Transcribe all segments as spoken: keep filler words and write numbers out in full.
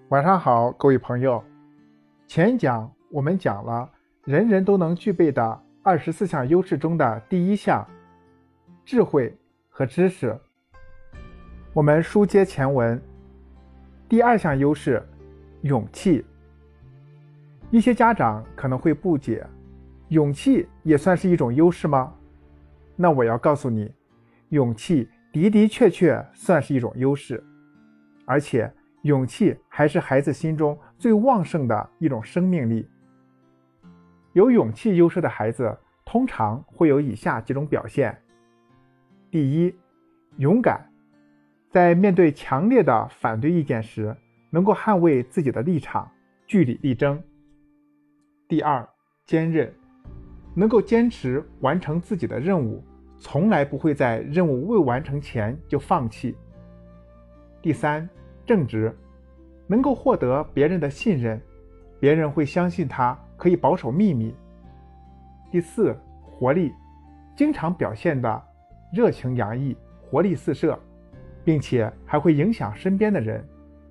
晚上好，各位朋友。前一讲我们讲了人人都能具备的二十四项优势中的第一项，智慧和知识。我们书接前文，第二项优势，勇气。一些家长可能会不解，勇气也算是一种优势吗？那我要告诉你，勇气的的确确算是一种优势，而且勇气还是孩子心中最旺盛的一种生命力。有勇气优势的孩子通常会有以下几种表现。第一，勇敢，在面对强烈的反对意见时，能够捍卫自己的立场，据理力争。第二，坚韧，能够坚持完成自己的任务，从来不会在任务未完成前就放弃。第三，正直，能够获得别人的信任，别人会相信他可以保守秘密。第四，活力，经常表现的热情洋溢，活力四射，并且还会影响身边的人。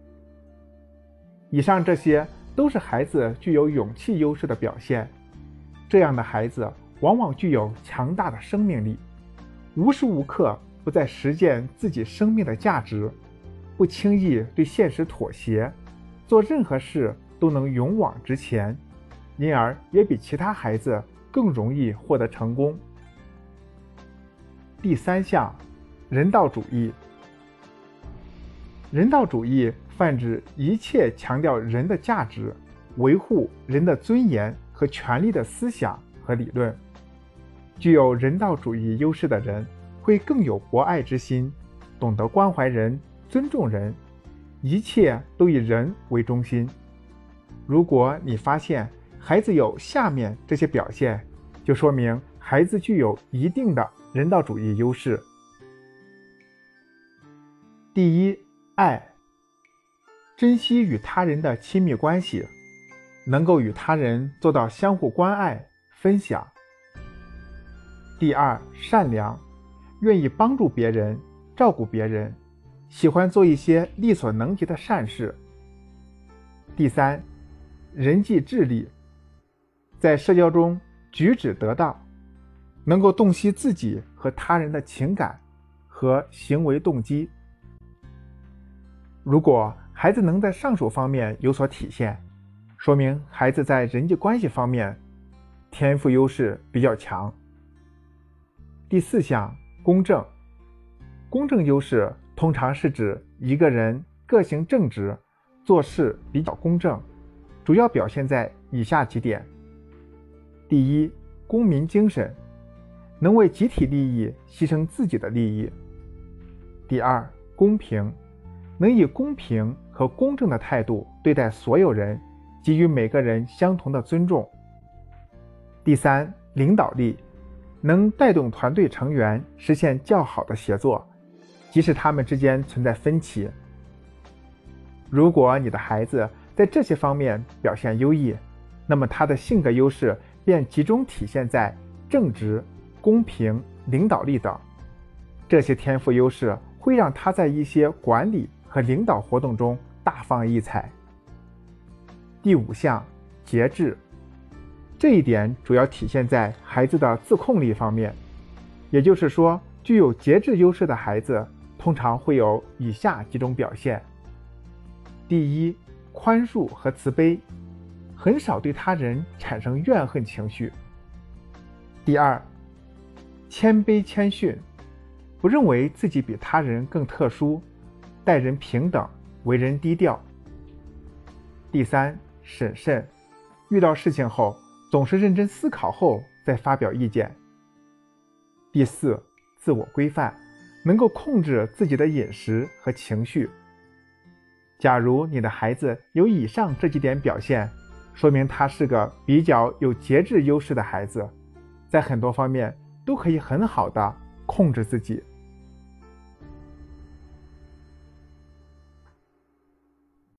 以上这些都是孩子具有勇气优势的表现，这样的孩子往往具有强大的生命力，无时无刻不在实践自己生命的价值，不轻易对现实妥协，做任何事都能勇往直前，因而也比其他孩子更容易获得成功。第三项，人道主义。人道主义泛指一切强调人的价值，维护人的尊严和权利的思想和理论。具有人道主义优势的人会更有博爱之心，懂得关怀人，尊重人，一切都以人为中心。如果你发现孩子有下面这些表现，就说明孩子具有一定的人道主义优势。第一，爱，珍惜与他人的亲密关系，能够与他人做到相互关爱、分享。第二，善良，愿意帮助别人，照顾别人，喜欢做一些力所能及的善事。第三，人际智力，在社交中举止得当，能够洞悉自己和他人的情感和行为动机。如果孩子能在上述方面有所体现，说明孩子在人际关系方面天赋优势比较强。第四项，公正。公正优势通常是指一个人个性正直，做事比较公正，主要表现在以下几点。第一，公民精神，能为集体利益牺牲自己的利益。第二，公平，能以公平和公正的态度对待所有人，给予每个人相同的尊重。第三，领导力，能带动团队成员实现较好的协作，即使他们之间存在分歧。如果你的孩子在这些方面表现优异，那么他的性格优势便集中体现在正直、公平、领导力等。这些天赋优势会让他在一些管理和领导活动中大放异彩。第五项，节制。这一点主要体现在孩子的自控力方面，也就是说，具有节制优势的孩子通常会有以下几种表现。第一，宽恕和慈悲，很少对他人产生怨恨情绪。第二，谦卑谦逊，不认为自己比他人更特殊，待人平等，为人低调。第三，审慎，遇到事情后总是认真思考后再发表意见。第四，自我规范，能够控制自己的饮食和情绪。假如你的孩子有以上这几点表现，说明他是个比较有节制优势的孩子，在很多方面都可以很好的控制自己。